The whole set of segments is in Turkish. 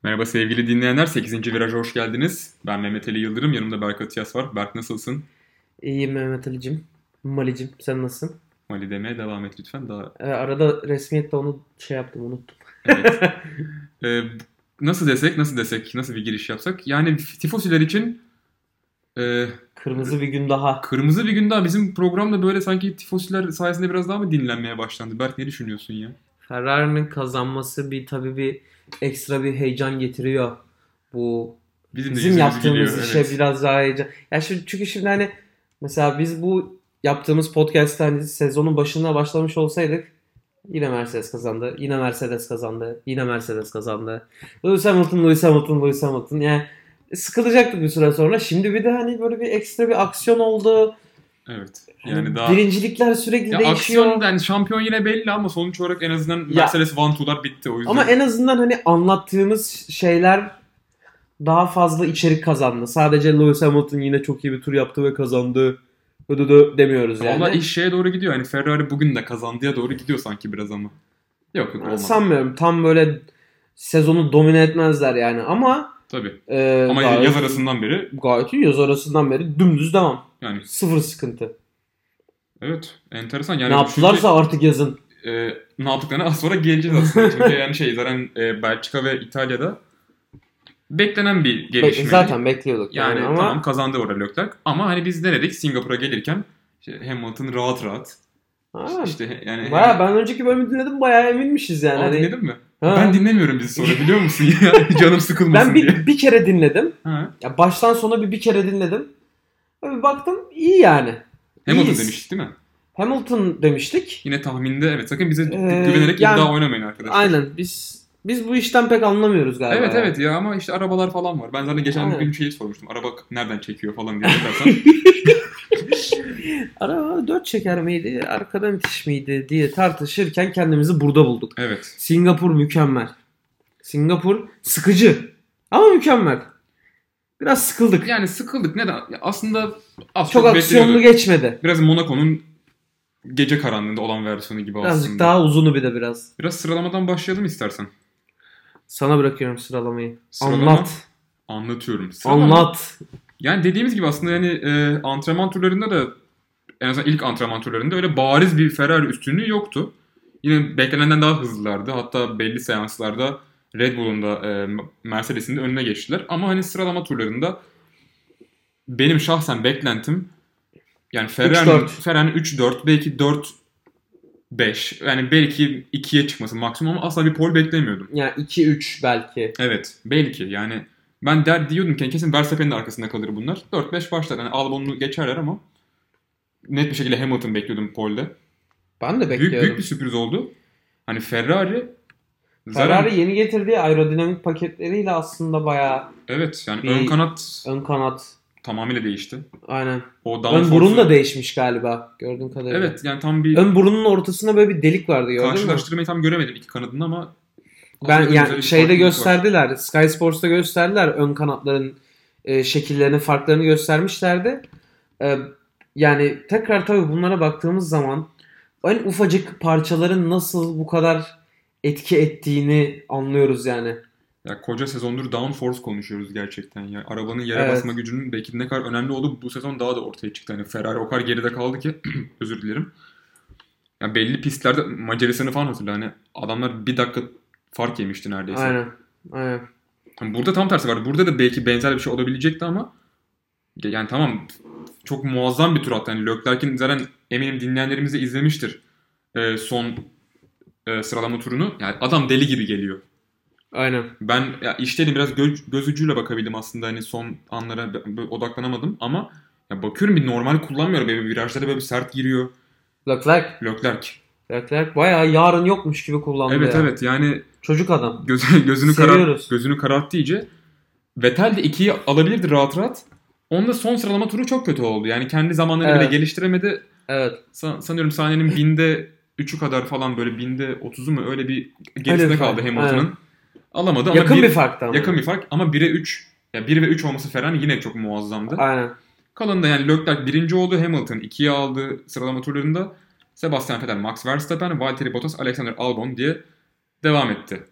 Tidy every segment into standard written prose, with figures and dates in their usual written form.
Merhaba sevgili dinleyenler. 8. Viraja hoş geldiniz. Ben Mehmet Ali Yıldırım. Yanımda Berk Atiyas var. Berk nasılsın? İyiyim Mehmet Ali'cim. Mali'cim sen nasılsın? Mali demeye devam et lütfen. Daha Arada resmiyette onu unuttum. evet. Ee, nasıl bir giriş yapsak? Yani tifosiler için e, Kırmızı bir gün daha. kırmızı bir gün daha bizim programda böyle sanki tifosiler sayesinde biraz daha mı dinlenmeye başlandı? Berk ne düşünüyorsun ya? Ferrari'nin kazanması tabii bir ekstra bir heyecan getiriyor. Bu Bizim de bizim yüzümüz gülüyor. yaptığımız işe Evet. biraz daha heyecan. Ya çünkü şimdi hani mesela biz bu yaptığımız podcast'ta hani sezonun başında başlamış olsaydık yine Mercedes kazandı. Yine Mercedes kazandı. Yine Mercedes kazandı. Lewis Hamilton. Yani sıkılacaktık bir süre sonra. Şimdi bir de hani böyle bir ekstra bir aksiyon oldu. Evet. Hani Yani daha birincilikler sürekli ya değişiyor. aksiyon yani şampiyon yine belli ama sonuç olarak en azından Ya Mercedes One Two'lar bitti o ama yüzden. en azından hani anlattığımız şeyler daha fazla içerik kazandı. Sadece Lewis Hamilton yine çok iyi bir tur yaptı ve kazandı. Demiyoruz Valla yani. iş şeye doğru gidiyor. Yani Ferrari bugün de kazandıya doğru gidiyor sanki biraz ama. Yok Ben olmadı. sanmıyorum. Tam böyle sezonu domine etmezler yani. Ama Tabii. Ama yaz arasından beri gayet iyi. Yaz arasından beri dümdüz devam. yani Sıfır sıkıntı. evet enteresan. Ne Yani çünkü yaptılarsa artık yazın. ne yaptıklarına az sonra geleceğiz aslında. Çünkü yani zaten Belçika ve İtalya'da beklenen bir gelişmeydi. Zaten bekliyorduk yani Yani tamam ama kazandı orada Leclerc. Ama hani biz ne dedik Singapur'a gelirken Hamilton rahat rahat. ha, İşte yani ben önceki bölümü dinledim, bayağı eminmişiz yani. Aa, Hani dinledin mi? ha. Ben dinlemiyorum bizi sonra biliyor musun ya? Canım sıkılmasın Ben diye. bir kere dinledim. Ha. Ya baştan sona bir kere dinledim. Ve bir baktım iyi yani. Hamilton İyiyiz. demiştik değil mi? Hamilton demiştik. Yine tahminde evet. Sakın bize güvenerek Yani iddia oynamayın arkadaşlar. aynen biz bu işten pek anlamıyoruz galiba Evet ya. evet ya ama işte arabalar falan var. Ben zaten geçen Aynen. gün şeyi sormuştum. Araba nereden çekiyor falan diye bakarsan. Araba 4 çeker miydi, arkadan itiş miydi diye tartışırken kendimizi burada bulduk. Evet. Singapur mükemmel. Singapur sıkıcı ama mükemmel. Biraz sıkıldık. Yani sıkıldık. Neden? Ya aslında az Çok aksiyonlu bekleniyorduk. geçmedi. Biraz Monaco'nun gece karanlığında olan versiyonu gibi Birazcık aslında. daha uzunu bir de biraz. Biraz sıralamadan başlayalım istersen. Sana bırakıyorum sıralamayı. Sıralama Anlat. anlatıyorum. Sıralama. Anlat. Yani dediğimiz gibi aslında yani antrenman turlarında da en azından ilk antrenman turlarında öyle bariz bir Ferrari üstünlüğü yoktu. Yine beklenenden daha hızlılardı. Hatta belli seanslarda Red Bull'un da Mercedes'in de önüne geçtiler. Ama hani sıralama turlarında benim şahsen beklentim yani 3-4. Ferrari'nin 3-4 belki 4-5 yani belki 2'ye çıkması maksimum ama asla bir pole beklemiyordum. Yani 2-3 belki. Evet belki yani ben diyordum ki kesin Verstappen'in de arkasında kalır bunlar. 4-5 başlar. Yani Albon'u geçerler ama net bir şekilde Hamilton bekliyordum pole'de. Ben de Büyük bekliyorum. bir sürpriz oldu. Hani Ferrari Ferrari yeni getirdiği aerodinamik paketleriyle aslında bayağı evet yani bir ön ön kanat tamamıyla değişti. aynen. O Ön burun da değişmiş galiba gördüğüm kadarıyla. Evet yani tam bir Ön burunun ortasında böyle bir delik vardı, gördün mü? karşılaştırmayı tam göremedim iki kanadını ama Ben güzel yani bir şeyde farklılık var. gösterdiler. Sky Sports'ta gösterdiler ön kanatların şekillerini, farklarını göstermişlerdi. E, Yani tekrar tabii bunlara baktığımız zaman en ufacık parçaların nasıl bu kadar etki ettiğini anlıyoruz yani. Ya koca sezondur downforce konuşuyoruz gerçekten ya. Arabanın yere Evet. basma gücünün belki ne kadar önemli olduğu bu sezon daha da ortaya çıktı. Hani Ferrari o kadar geride kaldı ki özür dilerim. Ya belli pistlerde Macaristan'ı falan hatırla hani adamlar bir dakika fark yemişti neredeyse. Aynen. Aynen. Yani burada tam tersi vardı. Burada da belki benzer bir şey olabilecekti ama yani tamam çok muazzam bir tur attı. Yani Leclerc'in zaten eminim dinleyenlerimiz de izlemiştir son sıralama turunu. Yani adam deli gibi geliyor. Aynen. Ben ya işteydim biraz göz ucuyla bakabildim aslında hani son anlara odaklanamadım ama ya bakıyorum bir normal kullanmıyor böyle virajlara böyle bir sert giriyor. Leclerc. Leclerc. Leclerc bayağı yarın yokmuş gibi kullandı Evet ya. evet yani Çocuk adam. gözünü Seviyoruz. kararttı iyice. Vettel de 2'yi alabilirdi rahat rahat. Onda son sıralama turu çok kötü oldu. Yani kendi zamanlarını bile Evet. geliştiremedi. Evet. Sanıyorum saniyenin binde 3'ü kadar falan böyle binde 30'u mu öyle bir gerisinde Öyle bir kaldı fark. Hamilton'ın. Aynen. Alamadı ama Yakın bir farktı ama. yakın bir fark ama 1'e 3 ya 1 ve 3 olması Ferrari yine çok muazzamdı. Aynen. Kalanında yani Leclerc birinci oldu. Hamilton 2'ye aldı sıralama turlarında. Sebastian Vettel, Max Verstappen, Valtteri Bottas, Alexander Albon diye devam etti.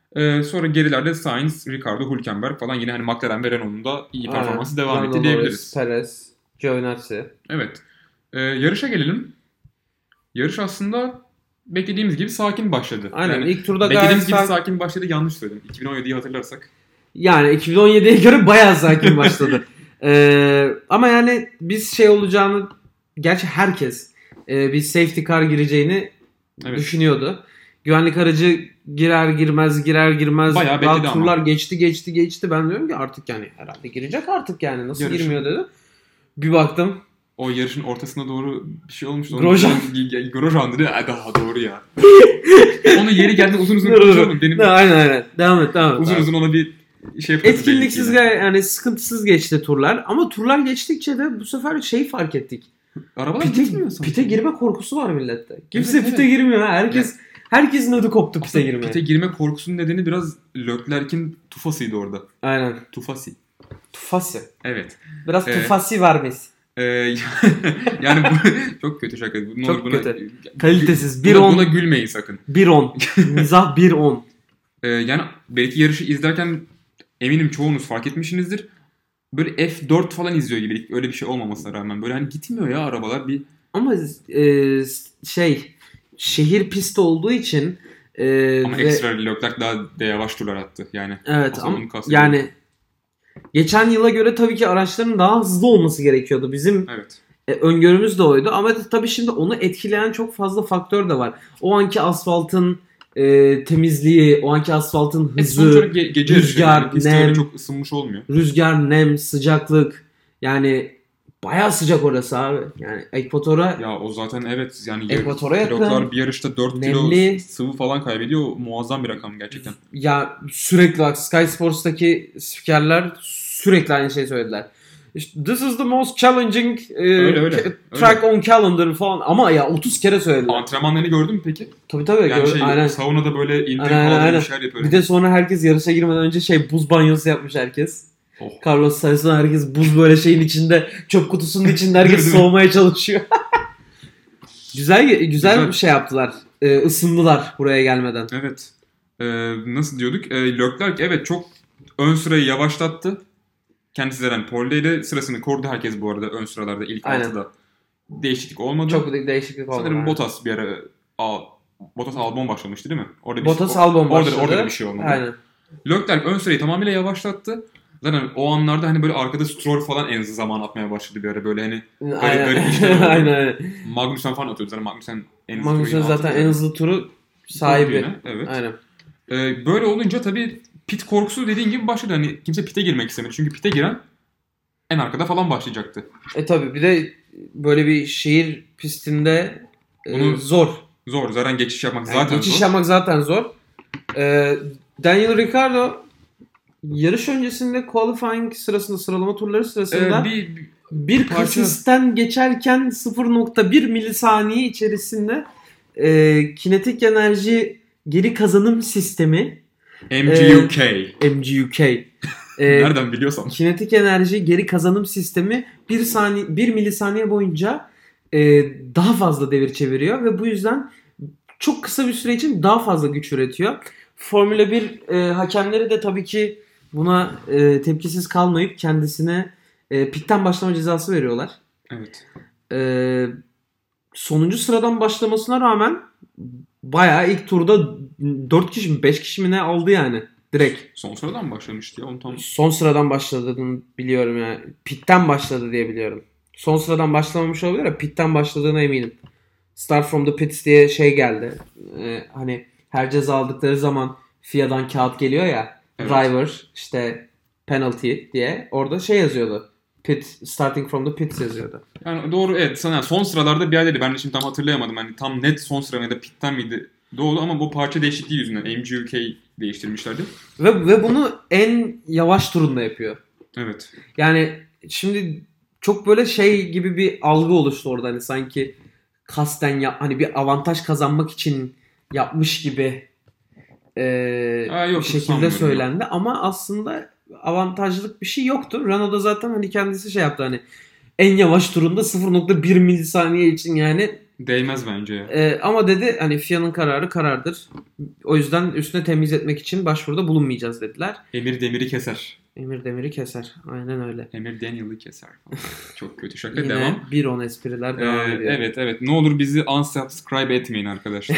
Sonra gerilerde Sainz, Ricardo, Hülkenberg falan yine hani McLaren ve Renault'un da iyi performansı devam Lando etti Norris, diyebiliriz. Perez, Giovinazzi. Evet. Yarışa gelelim. Yarış aslında beklediğimiz gibi sakin başladı. Aynen, Yani ilk turda beklediğimiz gayet gibi sakin başladı, yanlış söyledim. 2017'yi hatırlarsak. Yani 2017'ye göre bayağı sakin başladı. Ama yani biz şey olacağını, gerçi herkes bir safety car gireceğini Evet. düşünüyordu. Güvenlik aracı girer girmez Bayağı bekledi ama. turlar geçti. Ben diyorum ki artık yani herhalde girecek artık, yani nasıl Yarışın- girmiyor dedim. Bir baktım. O yarışın ortasına doğru bir şey olmuştu. Grosjean. Grosjean dedi. Daha doğru ya. Onu yeri geldi uzun konuşalım. Benim Aynen. Devam et. uzun ona bir şey yaparız. Etkinliksiz, yani sıkıntısız geçti turlar. Ama turlar geçtikçe de bu sefer şeyi fark ettik. Arabalar gitmiyor sanki. Pite girme korkusu var millette. Kimse Evet. pite girmiyor. Herkesin ödü koptu pite girmeye. Pite girme korkusunun nedeni biraz Leclerc'in tufasıydı orada. Aynen. Tufasi. Evet. Biraz tufasi vermiş. Yani bu çok kötü şaka. Çok kötü. Kalitesiz. Buna gülmeyin sakın. 1-10. Mizah 1-10. Yani belki yarışı izlerken eminim çoğunuz fark etmişsinizdir. Böyle F4 falan izliyor gibi. Öyle bir şey olmamasına rağmen. Böyle hani gitmiyor ya arabalar. Ama şehir pisti olduğu için ama ekstra Leclerc daha da yavaş turlar attı. Yani evet, ama yani geçen yıla göre tabii ki araçların daha hızlı olması gerekiyordu. Bizim öngörümüz de oydu. Ama tabii şimdi onu etkileyen çok fazla faktör de var. O anki asfaltın temizliği, o anki asfaltın hızı, gece rüzgar, nem, çok ısınmış olmuyor. Rüzgar, nem, sıcaklık. Yani bayağı sıcak orası abi. Yani ekvatora... Ya o zaten evet. Yani ekvatora yakın. pilotlar bir yarışta 4 nemli, kilo sıvı falan kaybediyor. Muazzam bir rakam gerçekten. Ya sürekli bak, Sky Sports'taki spikerler sürekli aynı şeyi söylediler. İşte, this is the most challenging track on calendar falan. Ama ya 30 kere söylediler. Antrenmanlarını gördün mü peki? Tabii. Yani aynen. saunada böyle indir bir şeyler yapıyor. Bir de sonra herkes yarışa girmeden önce buz banyosu yapmış herkes. Carlos Sainz'dan herkes buz böyle şeyin içinde, çöp kutusunun içinde herkes soğumaya çalışıyor. güzel bir şey yaptılar. Isındılar buraya gelmeden. Evet. Nasıl diyorduk? Leclerc evet çok ön sırayı yavaşlattı. Kendisi zaten pole'deydi. Sırasını korudu herkes bu arada ön sıralarda ilk 6'da. Değişiklik olmadı. Çok değişiklik olmadı. Sanırım Bottas bir ara Bottas Albon başlamıştı değil mi? Bottas Albon başladı. Orada da bir şey olmadı. Aynen. Leclerc ön sırayı tamamıyla yavaşlattı. Zaten o anlarda hani böyle arkada Stroll falan en hızlı zaman atmaya başladı bir ara böyle hani garip işler oldu. Aynen. Magnussen falan atıyordu zaten. Magnussen zaten en hızlı turu sahibi. Evet. Aynen. Böyle olunca tabii pit korkusu dediğin gibi başladı. Hani kimse pite girmek istemedi. Çünkü pite giren en arkada falan başlayacaktı. Tabii bir de böyle bir şehir pistinde zor. Zor. Zaten geçiş yapmak zaten zor. Daniel Ricciardo yarış öncesinde qualifying sırasında, sıralama turları sırasında bir kasisten geçerken 0.1 milisaniye içerisinde kinetik enerji geri kazanım sistemi MGUK nereden biliyorsan. Kinetik enerji geri kazanım sistemi 1 milisaniye boyunca daha fazla devir çeviriyor ve bu yüzden çok kısa bir süre için daha fazla güç üretiyor. Formula 1 hakemleri de tabii ki buna tepkisiz kalmayıp kendisine pitten başlama cezası veriyorlar. Evet. Sonuncu sıradan başlamasına rağmen bayağı ilk turda 4 kişi mi 5 kişi mi ne aldı yani direkt. Son sıradan başlamıştı ya. Son sıradan başladığını biliyorum yani. Pitten başladı diye biliyorum. Son sıradan başlamamış olabilir ama pitten başladığına eminim. Start from the pits diye şey geldi. Hani her ceza aldıkları zaman FIA'dan kağıt geliyor ya. Evet. Driver işte penalty diye. Orada şey yazıyordu. Starting from the pits yazıyordu. Yani doğru evet. Son sıralarda bir yerdeydi. Ben de şimdi tam hatırlayamadım. Hani tam net son sıra ya da pitten miydi? Doğru ama bu parça değişikliği yüzünden MGUK değiştirmişlerdi. Ve bunu en yavaş turunda yapıyor. Evet. Yani şimdi çok böyle şey gibi bir algı oluştu orada. Hani sanki kasten hani bir avantaj kazanmak için yapmış gibi bir şekilde söylendi. Ama aslında avantajlık bir şey yoktu. Renault da zaten hani kendisi şey yaptı, hani en yavaş turunda 0.1 milisaniye için yani Değmez bence ya. Ama dedi hani FIA'nın kararı karardır. O yüzden üstüne temiz etmek için başvuruda bulunmayacağız dediler. Emir demiri keser. Emir demiri keser. Aynen öyle. Emir Daniel'ı keser falan. Çok kötü şaka. Yine Devam. 1-10 espriler devam ediyor. Evet. Ne olur bizi unsubscribe etmeyin arkadaşlar.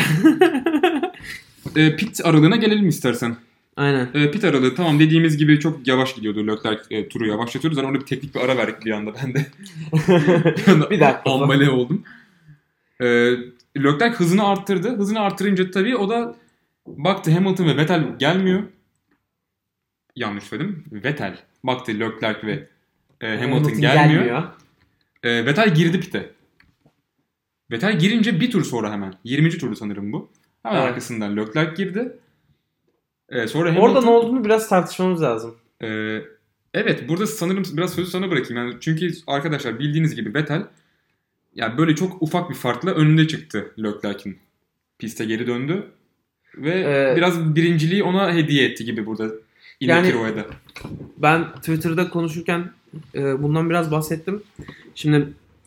Pit aralığına gelelim istersen. Aynen. Pit aralığı tamam dediğimiz gibi çok yavaş gidiyordu. Leclerc turu yavaşlatıyordu. Zaten orada bir teknik bir ara verdik bir anda ben de. Bir dakika. Ambale oldum. Leclerc hızını arttırdı. Hızını arttırınca tabii o da baktı Hamilton ve Vettel gelmiyor. Yanlış söyledim. Vettel. Baktı Leclerc ve Hamilton gelmiyor. Vettel girdi pite. Vettel girince bir tur sonra hemen. 20. turdu sanırım bu. Hemen arkasından Leclerc girdi. Sonra Hamilton... Orada ne olduğunu biraz tartışmamız lazım. Evet burada sanırım biraz sözü sana bırakayım. Yani çünkü arkadaşlar bildiğiniz gibi Vettel yani böyle çok ufak bir farkla önünde çıktı Leclerc'in. Piste geri döndü. Ve biraz birinciliği ona hediye etti gibi burada. Yani Kiro'da. Ben Twitter'da konuşurken bundan biraz bahsettim. Şimdi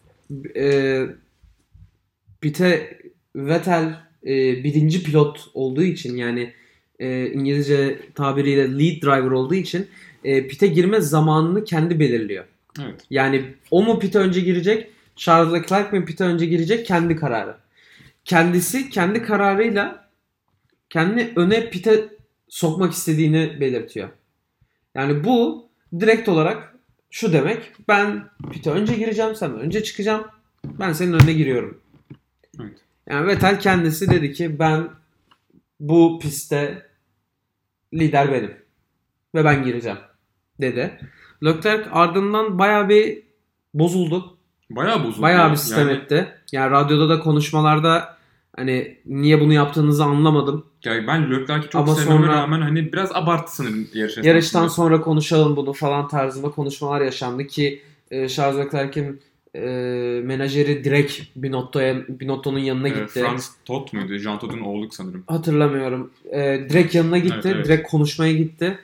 Vettel birinci pilot olduğu için yani İngilizce tabiriyle lead driver olduğu için pite girme zamanını kendi belirliyor. Evet. Yani o mu pite önce girecek, Charles Leclerc mi pite önce girecek kendi kararı. Kendisi kendi kararıyla kendini öne pite sokmak istediğini belirtiyor. Yani bu direkt olarak şu demek. Ben pite önce gireceğim, sen önce çıkacağım. Ben senin önüne giriyorum. Evet. Yani Vettel kendisi dedi ki ben bu pistte lider benim. Ve ben gireceğim dedi. Leclerc ardından bayağı bir bozuldu. Bayağı bir sistem etti. Yani radyoda da konuşmalarda hani niye bunu yaptığınızı anlamadım. Yani ben Leclerc'i çok sevmeme rağmen hani biraz abarttı sanırım yarıştan sonra konuşalım bunu falan tarzında konuşmalar yaşandı ki Charles Leclerc'in menajeri direkt Binotto'nun yanına gitti. Franz Todt muydu? Jean Todt'un oğlu sanırım. Hatırlamıyorum. Direkt yanına gitti. Evet. Direkt konuşmaya gitti.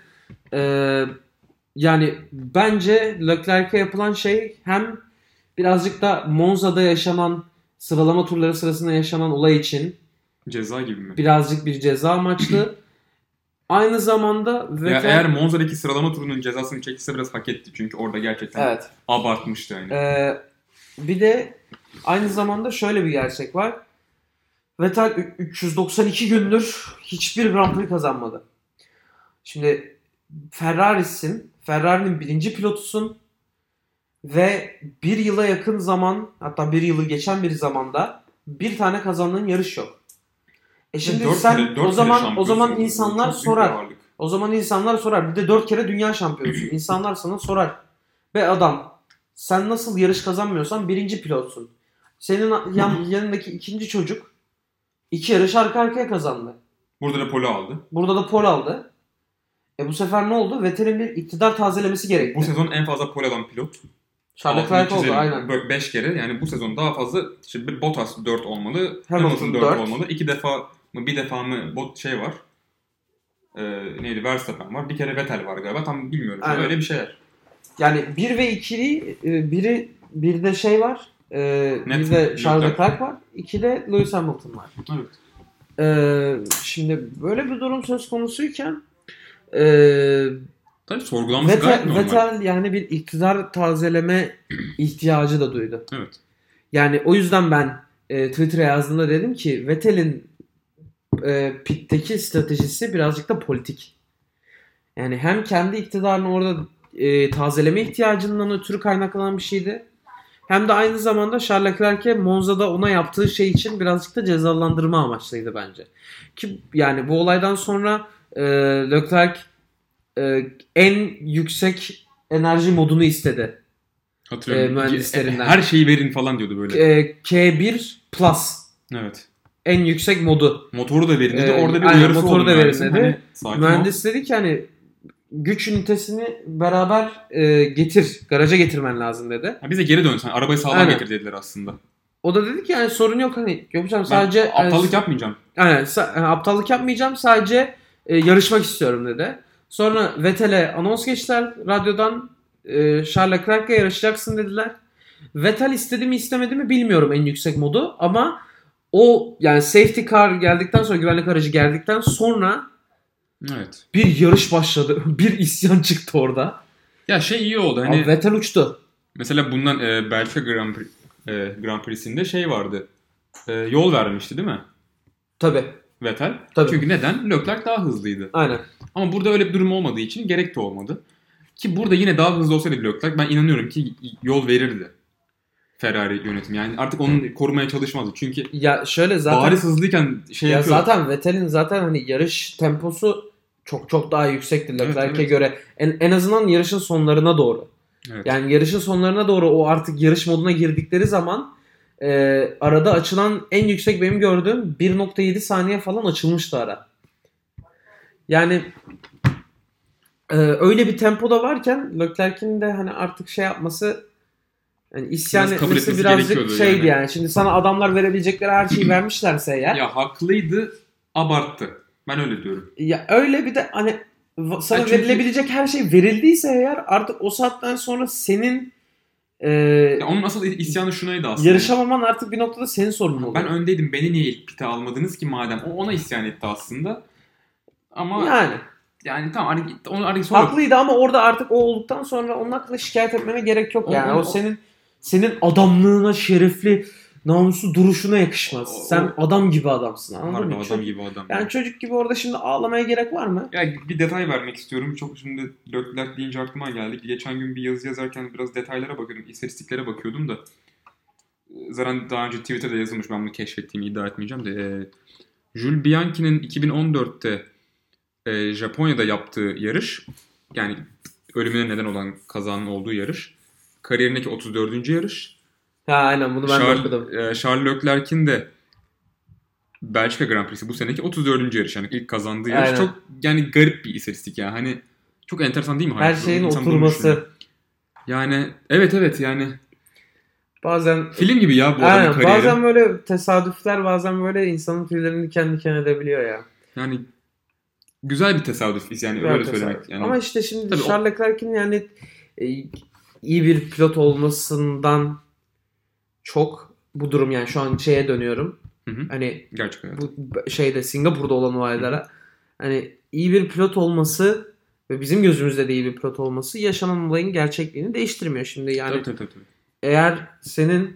Yani bence Leclerc'e yapılan şey hem birazcık da Monza'da yaşanan sıralama turları sırasında yaşanan olay için ceza gibi mi? Birazcık bir ceza amaçlı. Aynı zamanda Vettel... Eğer Monza'daki sıralama turunun cezasını çekse biraz hak etti. Çünkü orada gerçekten abartmıştı yani. Bir de aynı zamanda şöyle bir gerçek var. Vettel 392 gündür hiçbir Grand Prix kazanmadı. Şimdi Ferrari'nin birinci pilotusun ve bir yıla yakın zaman hatta bir yılı geçen bir zamanda bir tane kazandığın yarış yok. Şimdi sen o zaman insanlar sorar. O zaman insanlar sorar. Bir de 4 kere dünya şampiyonusun. İnsanlar sana sorar. Ve adam sen nasıl yarış kazanmıyorsan birinci pilotsun. Senin yanındaki ikinci çocuk 2 yarış arka arkaya kazandı. Burada da pole aldı. Bu sefer ne oldu? Vettel'in bir iktidar tazelemesi gerekti. Bu sezon en fazla pole alan pilot. Charles Leclerc oldu aynen. 5 kere yani bu sezon daha fazla işte Bottas 4 olmalı. Hamilton 4 olmalı. 2 defa mı bir defa mı var. Neydi? Verstappen var. Bir kere Vettel var galiba. Tam bilmiyorum. Aynen. Öyle bir şeyler. Yani 1 ve 2'li bir de şey var. Bir de Charles Leclerc var. 2'de Lewis Hamilton var. Evet. Şimdi böyle bir durum söz konusuyken tabii sorgulanması gayet normal. Vettel yani bir iktidar tazeleme ihtiyacı da duydu. Evet. Yani o yüzden ben Twitter'a yazdığımda dedim ki Vettel'in pitteki stratejisi birazcık da politik. Yani hem kendi iktidarını orada tazeleme ihtiyacından ötürü kaynaklanan bir şeydi. Hem de aynı zamanda Charles Leclerc'e Monza'da ona yaptığı şey için birazcık da cezalandırma amaçlıydı bence. Ki yani bu olaydan sonra Leclerc en yüksek enerji modunu istedi. Hatırlıyorum. Mühendislerinden. Her şeyi verin falan diyordu böyle. K1 Plus. Evet. En yüksek modu. Motoru da verin dedi. Orada bir uyarısı oldu. Motoru da verin dedi. Hani, mühendis dedi ki hani güç ünitesini beraber garaja getirmen lazım dedi. Bize geri dön sen arabayı sağlam getir dediler aslında. O da dedi ki yani sorun yok hani yapacağım sadece aptallık yapmayacağım. Yani aptallık yapmayacağım sadece yarışmak istiyorum dedi. Sonra Vettel'e anons geçtiler radyodan Charles Leclerc'le yarışacaksın dediler. Vettel istedi mi istemedi mi bilmiyorum en yüksek modu ama o yani safety car geldikten sonra, güvenlik aracı geldikten sonra Evet. bir yarış başladı. Bir isyan çıktı orada. Ya şey iyi oldu. Hani Abi Vettel uçtu. mesela bundan Belçika Grand Prix'sinde şey vardı. Yol vermişti değil mi? Tabii. Vettel. Tabii. Çünkü neden? Leclerc daha hızlıydı. Aynen. Ama burada öyle bir durum olmadığı için gerek de olmadı. Ki burada yine daha hızlı olsaydı Leclerc ben inanıyorum ki yol verirdi. Ferrari yönetimi. Yani artık onu korumaya çalışmazdı. Çünkü Ya şöyle zaten bariz hızlıyken şey ya yapıyor. zaten Vettel'in zaten hani yarış temposu çok çok daha yüksekti Leclerc'e Evet, evet. göre. En azından yarışın sonlarına doğru. Evet. Yani yarışın sonlarına doğru o artık yarış moduna girdikleri zaman arada açılan en yüksek benim gördüğüm 1.7 saniye falan açılmıştı ara. Yani öyle bir tempoda varken Leclerc'in de hani artık şey yapması, yani isyan Biraz kabul etmesi etmesi birazcık gerekiyordu şeydi yani. yani. Şimdi sana adamlar verebilecekleri her şeyi vermişlerse eğer. Ya haklıydı, abarttı. Ben öyle diyorum. Ya öyle bir de hani sana Ya çünkü- verilebilecek her şey verildiyse eğer artık o saatten sonra senin Ya onun asıl isyanı şunaydı aslında. yarışamaman artık bir noktada senin sorunun oluyor. Ben öndeydim. Beni niye ilk pite almadınız ki madem? O ona isyan etti aslında. Ama Yani tamam onu artık sonra haklıydı ama orada artık o olduktan sonra onun hakkında şikayet etmene gerek yok yani. O senin adamlığına, şerefli, namuslu duruşuna yakışmaz. Sen adam gibi adamsın, anladın harbi mı? adam gibi adam. Yani çocuk gibi orada şimdi ağlamaya gerek var mı? Ya bir detay vermek istiyorum. Çok şimdi Leclerc deyince aklıma geldi. Geçen gün bir yazı yazarken biraz detaylara bakıyordum. İstatistiklere bakıyordum da. Zaten daha önce Twitter'da yazılmış. Ben bunu keşfettiğimi iddia etmeyeceğim de. Jules Bianchi'nin 2014'te Japonya'da yaptığı yarış. Yani ölümüne neden olan kazanın olduğu yarış. Kariyerindeki 34. yarış. Ha aynen, bunu ben de okudum. Charles Leclerc'in de Belçika Grand Prix'si bu seneki 34. yarış. Yani ilk kazandığı yarış. Aynen. Çok yani garip bir istatistik ya. Hani çok enteresan değil mi? Her şeyin oturması. Yani evet yani. Bazen Film gibi ya bu adamın kariyeri. bazen böyle tesadüfler, bazen böyle insanın tüylerini diken diken edebiliyor ya. Yani güzel bir tesadüf yani Güzel öyle tesadüf. söylemek. Yani. Ama işte şimdi Tabii Charles Leclerc'in yani iyi bir pilot olmasından çok bu durum, yani şu an şeye dönüyorum. Hı. Hani Gerçek hayat. bu şeyde Singapur'da olan olaylara, hani iyi bir pilot olması ve bizim gözümüzde de iyi bir pilot olması yaşanan olayın gerçekliğini değiştirmiyor şimdi yani. Tabii. Eğer senin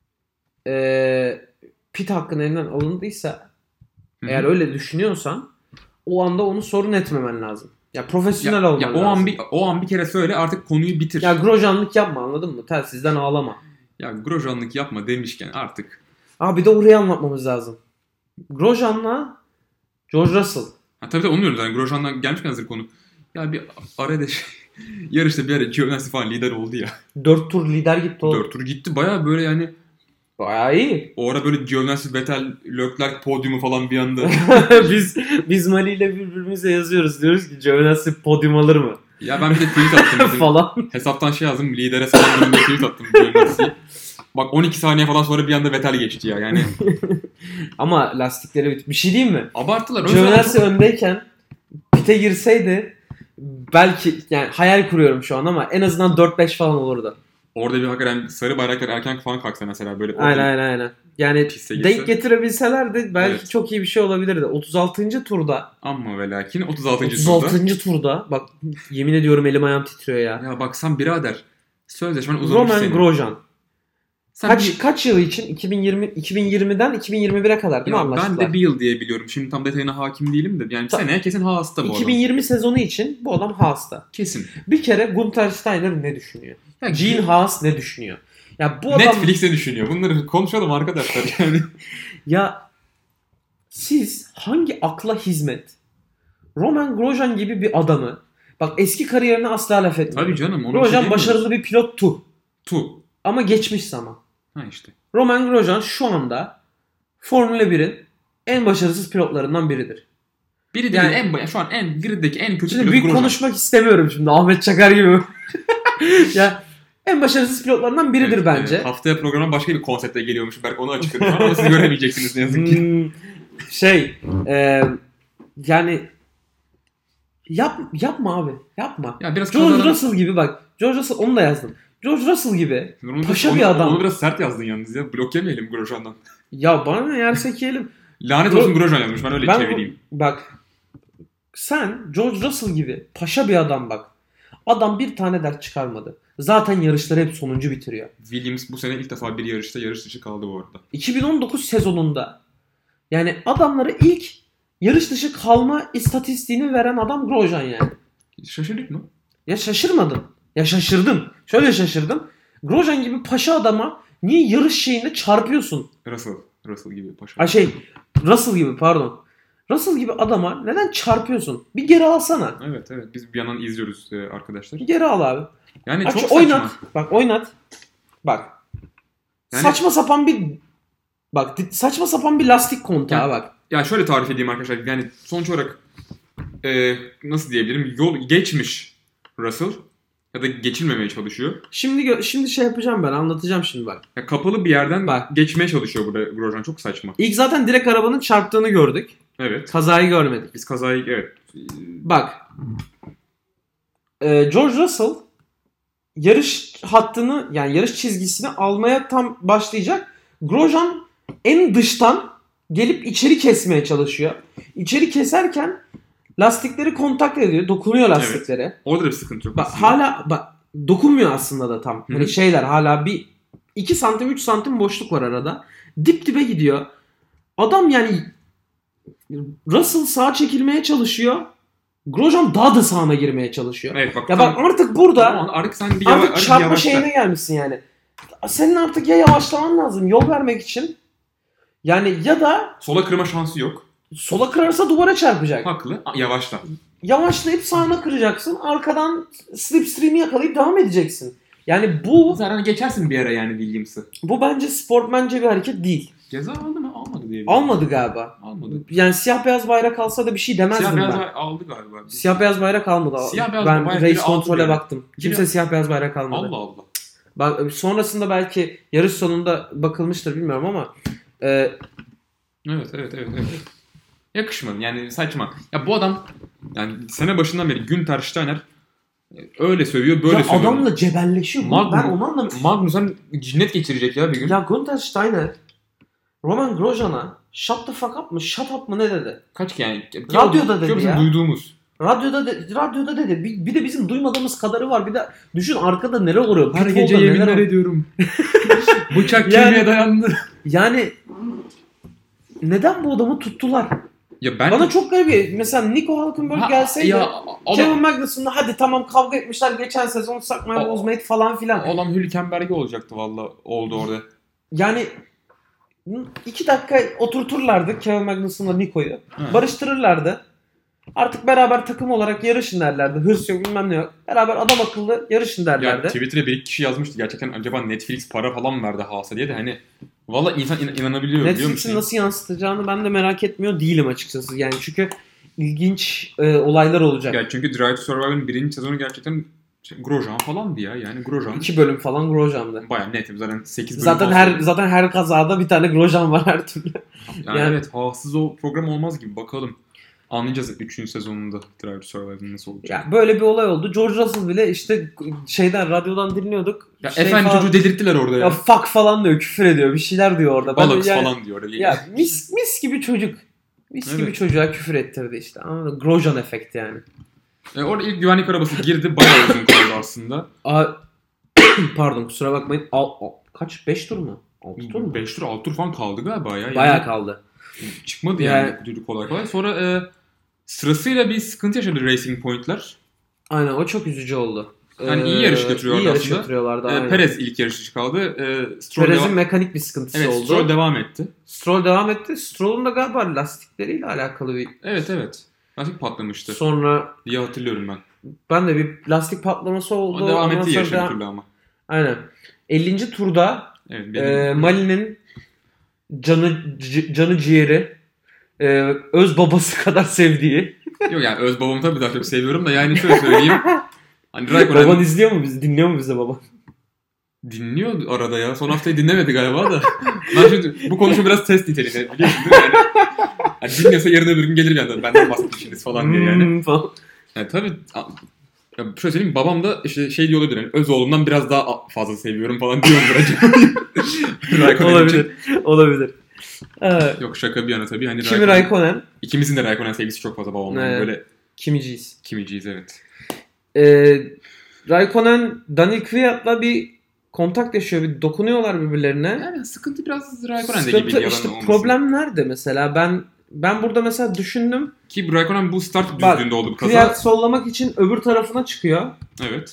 pit hakkın elinden alındıysa, eğer öyle düşünüyorsan o anda onu sorun etmemen lazım. Ya profesyonel olman lazım. O an bir kere söyle, artık konuyu bitir. Ya Grosjean'lık yapma, anladın mı? Telsizden ağlama. Ya Grosjean'lık yapma demişken artık. Abi bir de orayı anlatmamız lazım. Grosjean'la George Russell. Tabii onu diyoruz yani Grosjean'dan gelmişken hazır konu. Ya bir arada yarışta bir ara Giovinazzi falan lider oldu ya. 4 tur lider gitti o. 4 tur gitti baya böyle yani. Bayağı iyi. O ara böyle Giovinazzi, Vettel, Leclerc podyumu falan bir anda. biz Mali ile birbirimize yazıyoruz. Diyoruz ki Giovinazzi podyum alır mı? Ya ben bir de tweet attım. falan. Hesaptan şey yazdım. Lidere salan bir tweet attım Giovinazzi'ye. Bak 12 saniye falan sonra bir anda Vettel geçti ya yani. Ama lastikleri bir şey diyeyim mi? Abarttılar. Giovinazzi öndeyken pite girseydi belki, yani hayal kuruyorum şu an ama en azından 4-5 falan olurdu. Orada bir hakikaten sarı bayraklar erken falan kalksa mesela böyle. Aynen. Yani denk getirebilselerdi belki evet, çok iyi bir şey olabilirdi. 36. turda. Ama ve lakin 36. 36. turda. Bak yemin ediyorum elim ayağım titriyor ya. Ya bak sen birader. Sözleşmen uzamış Romain senin. Grosjean. Sen Kaç yıl için? 2020'den 2021'e kadar değil mi anlaştılar? Ben de bir yıl diye biliyorum. Şimdi tam detayına hakim değilim de. Yani seneye kesin Haas'ta bu 2020 adam. Sezonu için bu adam Haas'ta. Kesin. Bir kere Gunther Steiner ne düşünüyor? Gene Haas ne düşünüyor? Ya bu adam Netflix ne düşünüyor? Bunları konuşalım arkadaşlar yani. Ya siz hangi akla hizmet Romain Grosjean gibi bir adamı, bak eski kariyerine asla laf etmiyorum. Tabii canım. Grosjean başarılı bir pilottu. Ama geçmiş zaman. Ha işte. Romain Grosjean şu anda Formula 1'in en başarısız pilotlarından biridir. Biri değil yani, şu an en griddeki en kötü şimdi pilot büyük Grosjean. konuşmak istemiyorum şimdi Ahmet Çakar gibi. Ya en başarısız pilotlarından biridir evet, bence. Haftaya programa başka bir konseptle geliyormuş. Belki onu açıkladım ama siz göremeyeceksiniz ne yazık ki. Yani yapma abi. Yapma. Ya biraz George Russell gibi bak. George Russell, onu da yazdım. George Russell gibi Onu, paşa onu, bir adam. Onu biraz sert yazdın yalnız ya. Blok yemeyelim Grosjean'dan. Ya bana ne yersek yiyelim. Lanet olsun Grosjean yazmış. Ben öyle çevireyim. Bak sen George Russell gibi paşa bir adam bak. Adam bir tane dert çıkarmadı. Zaten yarışları hep sonuncu bitiriyor. Williams bu sene ilk defa bir yarışta yarış dışı kaldı bu arada. 2019 sezonunda yani adamları ilk yarış dışı kalma istatistiğini veren adam Grosjean yani. Şaşırdık mı? Ya şaşırmadım. Ya şaşırdım. Şöyle şaşırdım. Grosjean gibi paşa adama niye yarış şeyinde çarpıyorsun? Russell gibi paşa. Russell gibi pardon. Russell gibi adama neden çarpıyorsun? Bir geri alsana. Evet. Biz bir yandan izliyoruz arkadaşlar. Bir geri al abi. Yani Aç, çok saçma. oynat. Bak oynat. Bak. Yani, saçma sapan bir lastik kontağı bak. Ya şöyle tarif edeyim arkadaşlar. Yani sonuç olarak nasıl diyebilirim? Yol geçmiş Russell ya da geçilmemeye çalışıyor. Şimdi şey yapacağım ben. Anlatacağım şimdi bak. Ya kapalı bir yerden bak. geçmeye çalışıyor burada Grosjean. Çok saçma. İlk zaten direkt arabanın çarptığını gördük. Evet. Kazayı görmedik. Biz kazayı evet. Bak. George Russell yarış hattını yani yarış çizgisini almaya tam başlayacak. Grosjean en dıştan gelip içeri kesmeye çalışıyor. İçeri keserken lastikleri kontak ediyor. Dokunuyor lastiklere. Evet. Orada da bir sıkıntı yok. Bak dokunmuyor aslında da tam. Hani şeyler hala bir 2 santim 3 santim boşluk var arada. Dip dibe gidiyor. Adam yani Russell sağa çekilmeye çalışıyor. Grosjean daha da sağına girmeye çalışıyor. Evet, bak, ya bak artık burada artık çarpma şeyine gelmişsin yani. Senin artık ya yavaşlaman lazım yol vermek için. Yani ya da sola kırma şansı yok. Sola kırarsa duvara çarpacak. Haklı. Yavaşla. Yavaşlayıp sağına kıracaksın. Arkadan slipstream'i yakalayıp devam edeceksin. Yani bu... Zaten geçersin bir ara yani Williams'ı. Bu bence sportmence bir hareket değil. Ceza aldı mı? Almadı diye. Almadı galiba. Almadı. Yani siyah beyaz bayrak alsa da bir şey demezdim ben. Siyah beyaz aldı galiba. Siyah beyaz bayrak almadı. Siyah beyaz ben bayrak race kontrole yani. baktım. Kimse siyah beyaz bayrak almadı. Allah Allah. Bak sonrasında belki yarış sonunda bakılmıştır bilmiyorum ama Evet. Yakışmadı yani saçma. Ya bu adam yani sene başından beri Günther Steiner öyle sövüyor böyle sövüyor. Adamla cebelleşiyor. Ben onu anlamıyorum. Magnussen cinnet geçirecek ya bir gün. Ya Günther Steiner Romain Grosjean'a shut the fuck up mı shut up mı ne dedi? Kaç yani? Radyoda dedi ya. Duyduğumuz. Radyoda dedi. Bir de bizim duymadığımız kadarı var. Bir de düşün arkada neler oluyor. Her gece yeminler ediyorum. Bıçak kemiğe dayandı. Yani neden bu adamı tuttular? Ya bana çok garip. Mesela Nico Hülkenberg gelseydi Kevin Magnussen'la hadi tamam kavga etmişler geçen sezon suck my balls mate falan filan. Olan Hülkenberg'e olacaktı valla oldu orada. Yani 2 dakika oturturlardı Kevin Magnussen'la Nico'yu. Barıştırırlardı. Artık beraber takım olarak yarışın derlerdi. Hırs yok bilmem ne yok. Beraber adam akıllı yarışın derlerdi. Ya Twitter'da bir kişi yazmıştı gerçekten acaba Netflix para falan mı verdi Haas'a diye de hani valla insan inanabiliyor. Netflix'in nasıl yansıtacağını ben de merak etmiyor değilim açıkçası. Yani çünkü ilginç olaylar olacak. Ya çünkü Drive to Survive'ın 1. sezonu gerçekten Grosjean falandı ya. Yani Grosjean 2 bölüm falan Grosjean'dı. Bayağı netim zaten 8 bölüm. Zaten her kazada bir tane Grosjean var her türlü. Yani evet Haas'sız o program olmaz gibi bakalım. Anlayacağız 3. sezonunda Drive to Survive'ın nasıl olacak. Ya böyle bir olay oldu. George Russell bile işte radyodan dinliyorduk. Ya efendim çocuğu delirttiler orada ya. Ya fuck falan diyor, küfür ediyor, bir şeyler diyor orada. Balıks falan diyor orada. Ya mis gibi çocuk. Gibi çocuğa küfür ettirdi işte. Anladın mı? Grosjean efekti yani. Orada ilk güvenlik arabası girdi. Bayağı uzun kaldı aslında. Pardon kusura bakmayın. Kaç? 5 tur mu? 6 tur mu? 5 tur 6 tur falan kaldı galiba ya. Bayağı kaldı. Çıkmadı yani çocuk kolay. Sonra sırasıyla bir sıkıntı yaşadı Racing Point'ler. Aynen o çok üzücü oldu. Yani iyi yarış götürüyorlardı Perez ilk yarışçı kaldı. Perez'in mekanik bir sıkıntısı oldu. Stroll devam etti. Stroll'un da galiba lastikleriyle alakalı bir... Evet. Lastik patlamıştı. Sonra... diye hatırlıyorum ben. Ben de bir lastik patlaması oldu. O devam etti yarışa bir türlü ama. Aynen. 50. turda Mali'nin canı ciğeri öz babası kadar sevdiği. Yok yani öz babamı tabii daha çok seviyorum da yani şöyle söyleyeyim. Hani baban izliyor mu bizi? Dinliyor mu bizi baban? Dinliyor arada ya. Son haftayı dinlemedi galiba da. Ben şimdi bu konuşma biraz test niteliğinde biliyorsun değil mi? Yani dinliyorsa yarın öbür gün gelir bir yandan. Benden bahsetmişsiniz falan diye yani. Yani tabii Ya şöyle söyleyeyim, babam da işte şey diyor olabilir. Yani öz oğlumdan biraz daha fazla seviyorum falan diyordur acaba. Raikkonen için. Olabilir. Yok, şaka bir yana tabii. Hani Kimi Raikkonen? İkimizin de Raikkonen sevgisi çok fazla babamla. Evet. Böyle Kimiciyiz, evet. Raikkonen Daniil Kvyat'la bir kontak yaşıyor. Bir dokunuyorlar birbirlerine. Yani sıkıntı biraz Raikkonen'de gibi. Sıkıntı işte, problem nerede mesela? Ben burada mesela düşündüm. Ki Raikkonen bu start düzlüğünde oldu bu kaza. Kvyat sollamak için öbür tarafına çıkıyor. Evet.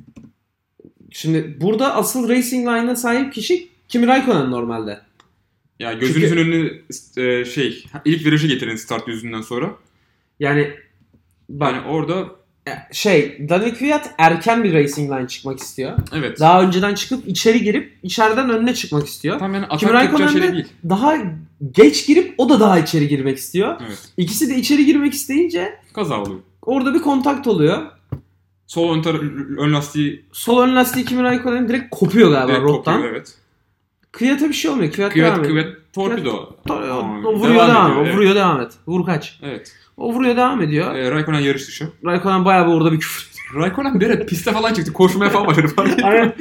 Şimdi burada asıl racing line'a sahip kişi Kimi Raikkonen normalde. Ya gözünüzün önüne ilk virajı getirin start düzlüğünden sonra. Yani bak, yani orada Daniil Kvyat erken bir racing line çıkmak istiyor. Evet. Daha önceden çıkıp içeri girip içeriden önüne çıkmak istiyor. Tam yani Kimi Raikkonen de değil. daha geç girip o da daha içeri girmek istiyor. Evet. İkisi de içeri girmek isteyince kaza oluyor. Orada bir kontakt oluyor. Sol ön lastiği Kimi Raikkonen'in direkt kopuyor galiba rottan. Kopuyor, evet. Kvyat'a bir şey olmuyor. Kvyat torpido. Vuruyor, devam et. Vur kaç. Evet. O vuruyor, devam ediyor. Raikkonen yarış dışı. Raikkonen bayağı bir orada bir küfür. Raikkonen bir ara piste falan çıktı. Koşmaya falan başladı. Aynen.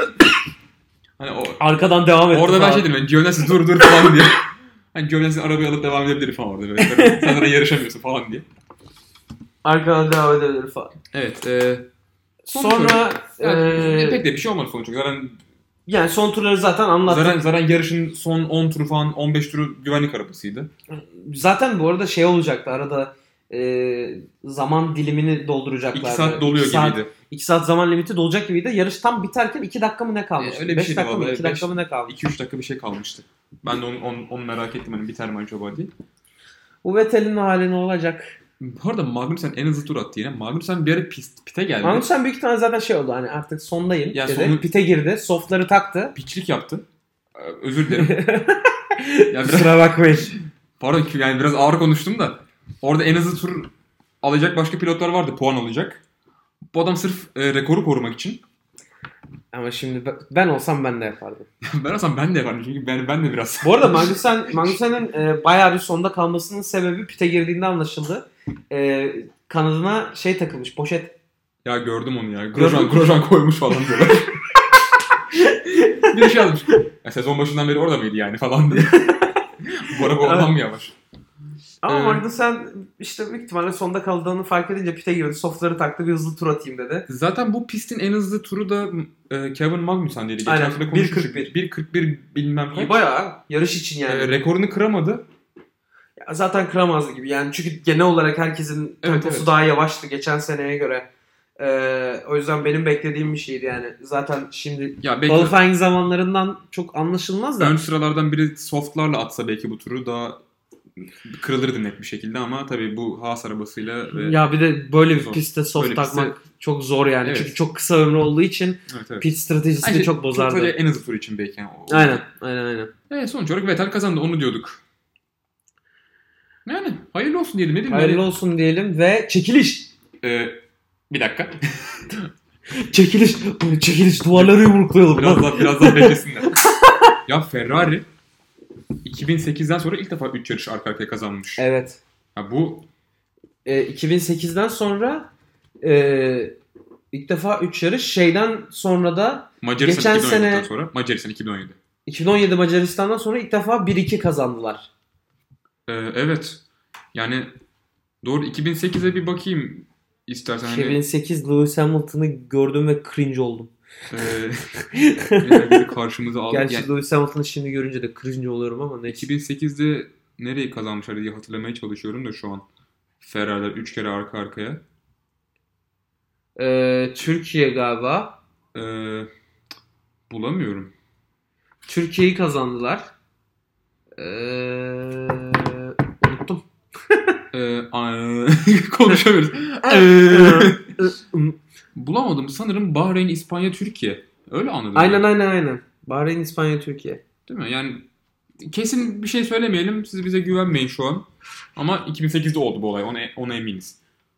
Hani arkadan devam etti. Orada ben şey dedim. Giovinazzi dur falan diye. Hani Giovinazzi arabayı alıp devam edebilir falan orada. Böyle. Sen zaten yarışamıyorsun falan diye. Arkadan devam edebilir falan. Evet. Sonra pek de bir şey olmadı sonuç olarak. Zaten yani son turları zaten anlattık. Zaten yarışın son 10 turu falan 15 turu güvenlik arabasıydı. Zaten bu arada şey olacaktı arada zaman dilimini dolduracaklardı. 2 saat doluyor gibiydi. 2 saat zaman limiti dolacak gibiydi. Yarış tam biterken 2 dakika mı ne kalmış? Öyle bir şeydi dakika vallahi. 2 dakika mı ne kalmış? 2-3 dakika bir şey kalmıştı. Ben de onu merak ettim. Hani biter mi acaba diye. Bu Vettel'in hali ne olacak? Bu arada Magnussen en hızlı tur attı yine. Magnussen bir ara pite geldi. Magnussen büyük ihtimalle zaten şey oldu, hani artık sondayım ya dedi. Pite girdi. Softları taktı. Piçlik yaptı. Özür dilerim. Kusura bakmayın. Pardon, yani biraz ağır konuştum da. Orada en hızlı tur alacak başka pilotlar vardı. Puan alacak. Bu adam sırf rekoru korumak için. Ama şimdi ben olsam ben de yapardım. Ben olsam ben de yapardım çünkü ben de biraz. Bu arada Magnussen'in bayağı bir sonda kalmasının sebebi pite girdiğinde anlaşıldı. Kanadına şey takılmış, poşet. Ya gördüm onu ya. Grosjean koymuş falan diyorlar. Bir şey yazmış. Ya sezon başından beri orada mıydı yani falan diye. Bu araba oradan mı yavaş? Ama Magnussen işte büyük ihtimalle sonda kaldığını fark edince pite girdi. Softları taktı, bir hızlı tur atayım dedi. Zaten bu pistin en hızlı turu da Kevin Magnussen dedi. Geçen sene konuşmuştuk. 1.41 bilmem kaç. Bayağı yarış için yani. Rekorunu kıramadı. Ya zaten kıramazdı gibi yani. Çünkü genel olarak herkesin temposu daha yavaştı geçen seneye göre. O yüzden benim beklediğim bir şeydi yani. Zaten şimdi qualifying zamanlarından çok anlaşılmaz da. Ön sıralardan biri softlarla atsa belki bu turu daha kırılırdı net bir şekilde ama tabii bu Haas arabasıyla ya bir de böyle bir pistte soft takmak çok zor yani. Evet. Çünkü çok kısa ömrü olduğu için pit stratejisini çok bozardı. Çok en hızlı tur için belki. Yani Aynen. Evet, sonuç olarak Vettel kazandı, onu diyorduk. Yani hayırlı olsun diyelim. Ne diyeyim? Hayırlı olsun diyelim ve çekiliş. Bir dakika. Çekiliş duvarları yumruklayalım. Biraz daha beklesinler. Ya Ferrari 2008'den sonra ilk defa 3 yarış arka arkaya kazanmış. Evet. Ha, bu 2008'den sonra ilk defa 3 yarış, şeyden sonra da Macaristan 2017'den sonra Macaristan 2017 Macaristan'dan sonra ilk defa 1-2 kazandılar. Evet. Yani doğru, 2008'e bir bakayım istersen. 2008 Lewis Hamilton'ı gördüm ve cringe oldum. Yani karşımıza aldık. Gerçi yani, Lewis Hamilton'ı şimdi görünce de cringe oluyorum ama ne? 2008'de nereyi kazanmışlar diye hatırlamaya çalışıyorum da şu an. Ferrari'ler 3 kere arka arkaya. Türkiye galiba. Bulamıyorum. Türkiye'yi kazandılar. Unuttum. Konuşamıyoruz. Bulamadım. Sanırım Bahreyn, İspanya, Türkiye. Öyle anladım. Aynen. Bahreyn, İspanya, Türkiye. Değil mi? Yani kesin bir şey söylemeyelim. Siz bize güvenmeyin şu an. Ama 2008'de oldu bu olay. Ona eminiz.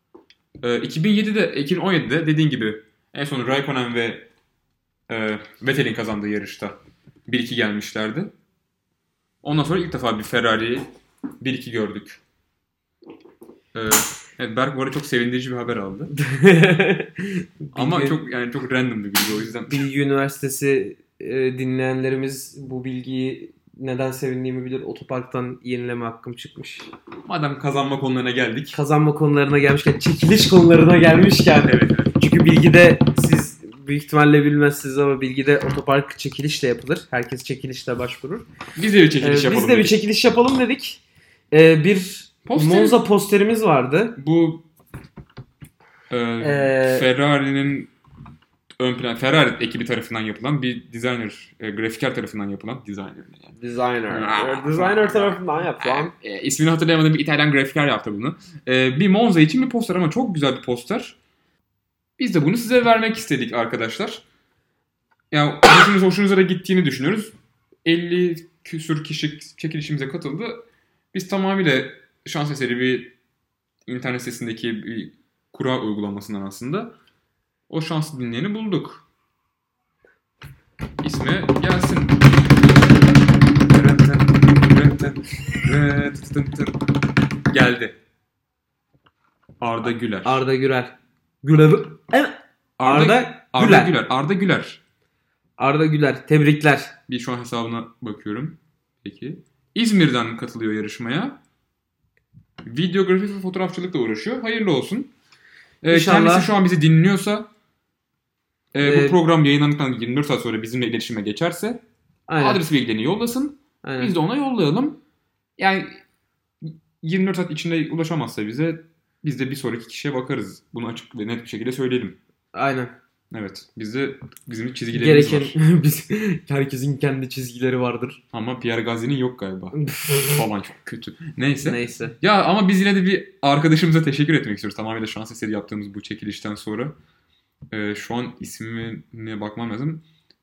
2017'de dediğin gibi en son Raikkonen ve Vettel'in kazandığı yarışta 1-2 gelmişlerdi. Ondan sonra ilk defa bir Ferrari 1-2 gördük. Evet, Berk bu arada çok sevindirici bir haber aldı. Ama çok random bir bilgi o yüzden. Bilgi Üniversitesi dinleyenlerimiz bu bilgiyi neden sevindiğimi bilir. Otoparktan yenileme hakkım çıkmış. Madem kazanma konularına geldik. Kazanma konularına gelmişken, çekiliş konularına gelmişken. Evet. Çünkü bilgide siz büyük ihtimalle bilmezsiniz ama bilgide otopark çekilişle yapılır. Herkes çekilişle başvurur. Biz de bir çekiliş yapalım Biz de bir dedik. çekiliş yapalım dedik. Bir Monza posterimiz vardı. Bu Ferrari'nin ön plan, Ferrari ekibi tarafından yapılan bir designer, grafiker tarafından yapılan Designer tarafından yapılan. İsmini hatırlayamadığım bir İtalyan grafiker yaptı bunu. Bir Monza için bir poster ama çok güzel bir poster. Biz de bunu size vermek istedik arkadaşlar. Yani hoşunuza da gittiğini düşünüyoruz. 50 küsür kişi çekilişimize katıldı. Biz tamamıyla şans eseri bir internet sitesindeki bir kura uygulamasından aslında o şanslı dinleyeni bulduk. İsmi gelsin. Geldi. Arda Güler. Arda Güler. Arda Güler. Tebrikler. Bir şu an hesabına bakıyorum. Peki. İzmir'den katılıyor yarışmaya. Videografi ve fotoğrafçılıkla uğraşıyor. Hayırlı olsun. Kendisi şu an bizi dinliyorsa bu program yayınlandıktan 24 saat sonra bizimle iletişime geçerse adres bilgilerini yollasın. Aynen. Biz de ona yollayalım. Yani 24 saat içinde ulaşamazsa bize biz de bir sonraki kişiye bakarız. Bunu açık ve net bir şekilde söyleyelim. Aynen. Evet. Bizim çizgilerimiz var. Herkesin kendi çizgileri vardır. Ama Pierre Gasly'nin yok galiba. Falan çok kötü. Neyse. Ya ama biz yine de bir arkadaşımıza teşekkür etmek istiyoruz. Tamamıyla şans eseri yaptığımız bu çekilişten sonra. Şu an ismine bakmam lazım.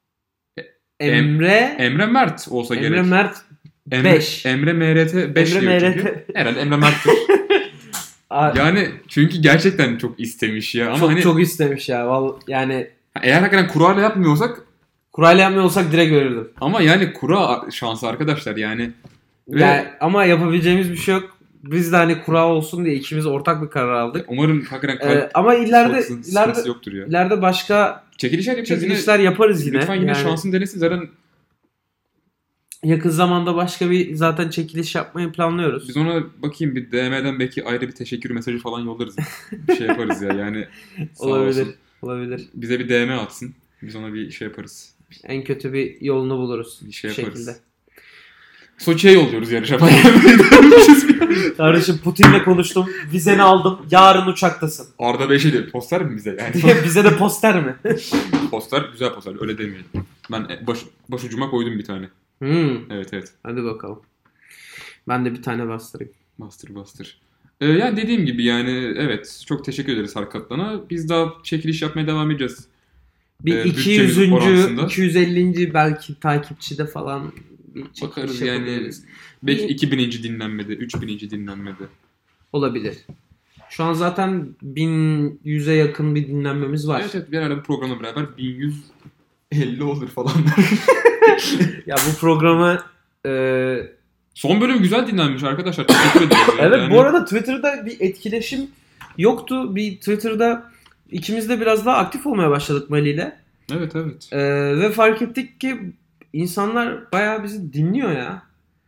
Emre Mert olsa gerek. Emre Mert 5. Emre MRT 5 diyor çünkü. Herhalde Emre Mert'tir. Yani çünkü gerçekten çok istemiş ya. Ama çok istemiş ya. Vallahi yani eğer hakikaten kurayla yapmıyorsak direkt verirdim. Ama yani kura şansı arkadaşlar yani. Ama yapabileceğimiz bir şey yok. Biz de hani kura olsun diye ikimiz ortak bir karar aldık. Umarım hakikaten ama ileride yoktur ya. İleride başka çekilişler yaparız yine. Lütfen yine şansın denesin zaten. Yakın zamanda başka bir zaten çekiliş yapmayı planlıyoruz. Biz ona bakayım bir DM'den belki ayrı bir teşekkür mesajı falan yollarız. Bir şey yaparız ya yani. Olabilir. Bize bir DM atsın. Biz ona bir şey yaparız. En kötü bir yolunu buluruz. Bir şey yaparız. Şekilde. Soçi'ye yolluyoruz yarışa falan. Kardeşim Putin'le konuştum. Vizeni aldım. Yarın uçaktasın. Arda Bey diyor. Poster mi bize? Yani? Bize de poster mi? Poster güzel poster. Öyle demeyelim. Ben başucuma koydum bir tane. Evet. Hadi bakalım. Ben de bir tane bastırayım. Bastır. Yani dediğim gibi yani evet çok teşekkür ederiz Harkatlan'a. Biz daha çekiliş yapmaya devam edeceğiz. Bir 200. 250. belki takipçide falan bir çekiliş bakarız yani. Belki 2000. dinlenmedi, 3000. dinlenmedi. Olabilir. Şu an zaten 1100'e yakın bir dinlenmemiz var. Evet bir arada bu programla beraber 1150 olur falan. Ya bu programı son bölüm güzel dinlenmiş arkadaşlar. Teşekkür ederiz. Evet yani. Bu arada Twitter'da bir etkileşim yoktu. Bir Twitter'da ikimiz de biraz daha aktif olmaya başladık Mali ile. Evet. Ve fark ettik ki insanlar bayağı bizi dinliyor ya.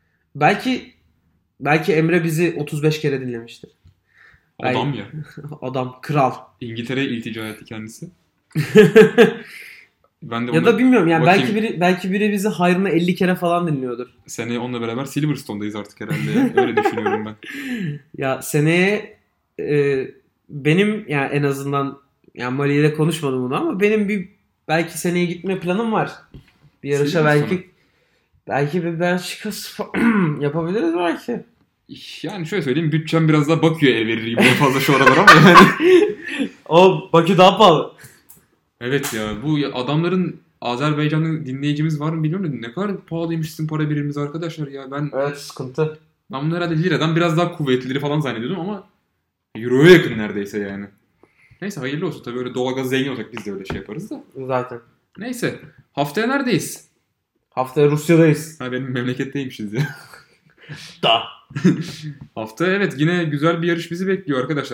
Belki Emre bizi 35 kere dinlemiştir. Adam ya. Adam, kral. İngiltere'ye iltica etti kendisi. Ben de ya da bilmiyorum yani belki biri bizi hayrına 50 kere falan dinliyordur. Seneye onunla beraber Silverstone'dayız artık herhalde ya. Öyle düşünüyorum ben. Ya seneye benim yani en azından yani Mali ile konuşmadım bunu ama benim belki seneye gitme planım var. Bir yarışa belki bir Belçika yapabiliriz belki. Yani şöyle söyleyeyim bütçem biraz daha Bakü'ye el verir en fazla şu aralar ama yani. O Bakü daha pahalı. Evet ya bu adamların Azerbaycanlı dinleyicimiz var mı bilmiyorum da ne kadar pahalıymış sizin para birimimiz arkadaşlar ya ben. Evet sıkıntı. Ben bunu herhalde liradan biraz daha kuvvetlileri falan zannediyordum ama euroya yakın neredeyse yani. Neyse hayırlı olsun tabii öyle doğalgaz zengin olacak biz de öyle şey yaparız da. Zaten. Neyse haftaya neredeyiz? Haftaya Rusya'dayız. Benim memleketteymişiz ya. Da. Haftaya evet yine güzel bir yarış bizi bekliyor arkadaşlar.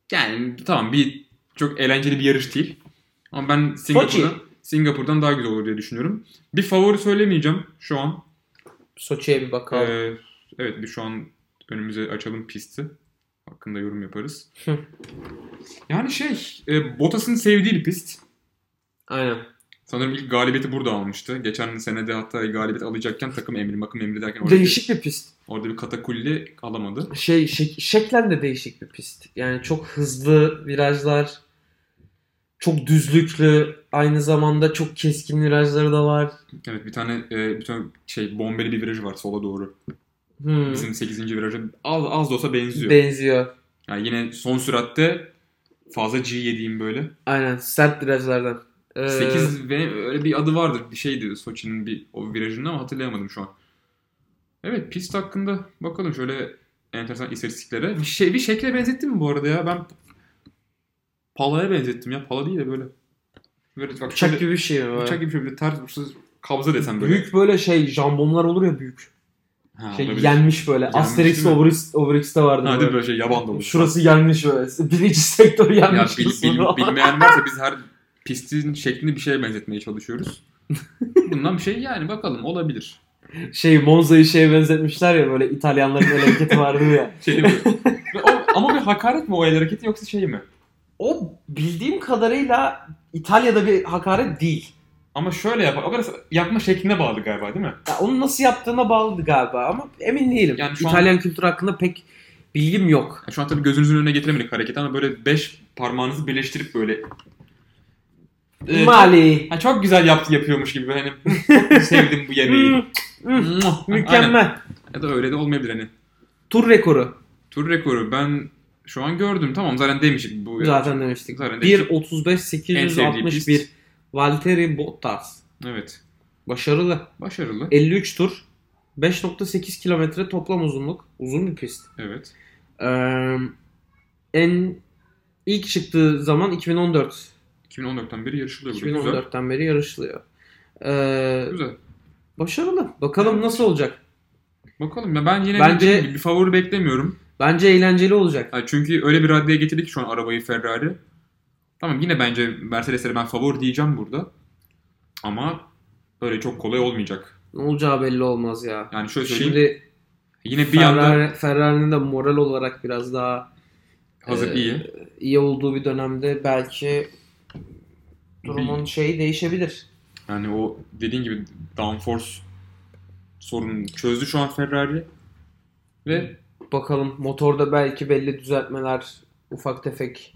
Yani tamam çok eğlenceli bir yarış değil. Ama ben Soçi. Singapur'dan daha güzel olur diye düşünüyorum. Bir favori söylemeyeceğim şu an. Soçi'ye bir bakalım. Evet, bir şu an önümüze açalım pisti. Hakkında yorum yaparız. Yani Bottas'ın sevdiği bir pist. Aynen. Sanırım ilk galibiyeti burada almıştı. Geçen senede hatta galibiyet alacakken takım emri derken Değişik bir pist. orada bir katakulli alamadı. Şeklen de değişik bir pist. Yani çok hızlı virajlar, çok düzlüklü, aynı zamanda çok keskin virajları da var. Evet, bir tane bombeli bir viraj var sola doğru. Bizim 8. viraja az da olsa benziyor. Benziyor. Yani yine son süratte fazla G yediğim böyle. Aynen, sert virajlardan. 8 ve öyle bir adı vardır. Bir şeydi Soçi'nin o virajının ama hatırlayamadım şu an. Evet, pist hakkında bakalım şöyle enteresan istatistiklere. Bir şekle benzettim mi bu arada ya? Ben Pala'ya benzettim ya. Pala değil de böyle. Bak, bıçak gibi bir şey mi? Bıçak gibi bir şey. Böyle ters kabza desem böyle. Büyük böyle jambonlar olur ya, büyük. Olabilir. Yenmiş böyle. Yenmiş Asterix Obelix'te vardı. Hadi böyle yaban dolu. Şurası yenmiş böyle. Birinci sektör yenmiş. Bilmeyen varsa biz her pistin şeklini bir şeye benzetmeye çalışıyoruz. Bundan bir şey yani bakalım olabilir. Monza'yı benzetmişler ya, böyle İtalyanların el hareketi vardı ya. Ama bir hakaret mi o el hareketi yoksa şey mi? O bildiğim kadarıyla İtalya'da bir hakaret değil. Ama şöyle yapar. O kadar yapma şekline bağlı galiba değil mi? Ya onu nasıl yaptığına bağlı galiba ama emin değilim. Yani İtalyan kültürü hakkında pek bilgim yok. Şu an tabii gözünüzün önüne getiremedik hareketi ama böyle 5 parmağınızı birleştirip böyle Mali. Çok güzel yapıyormuş gibi. Hani çok sevdim bu yemeği. Mükemmel. Ya da öyle de olmayabilir hani. Tur rekoru ben şu an gördüm. Tamam, zaten demiştik bu. Zaten demiştik. 1.35.861 Valtteri Bottas. Evet. Başarılı. 53 tur. 5.8 kilometre toplam uzunluk. Uzun bir pist. Evet. İlk çıktığı zaman 2014. 2014'ten beri yarışılıyor. 2014'ten beri yarışılıyor. Güzel. Başarılı. Bakalım nasıl olacak? Bakalım. Ya ben yine bir favori beklemiyorum. Bence eğlenceli olacak. Yani çünkü öyle bir raddeye getirdi ki şu an arabayı Ferrari. Tamam, yine bence Mercedes'e ben favori diyeceğim burada. Ama öyle çok kolay olmayacak. Ne olacağı belli olmaz ya. Yani şöyle söyleyeyim. Şimdi yine bir yanda Ferrari'nin de moral olarak biraz daha hazır iyi olduğu bir dönemde belki durumun değişebilir. Yani o dediğin gibi downforce sorununu çözdü şu an Ferrari. Ve bakalım motorda belki belli düzeltmeler, ufak tefek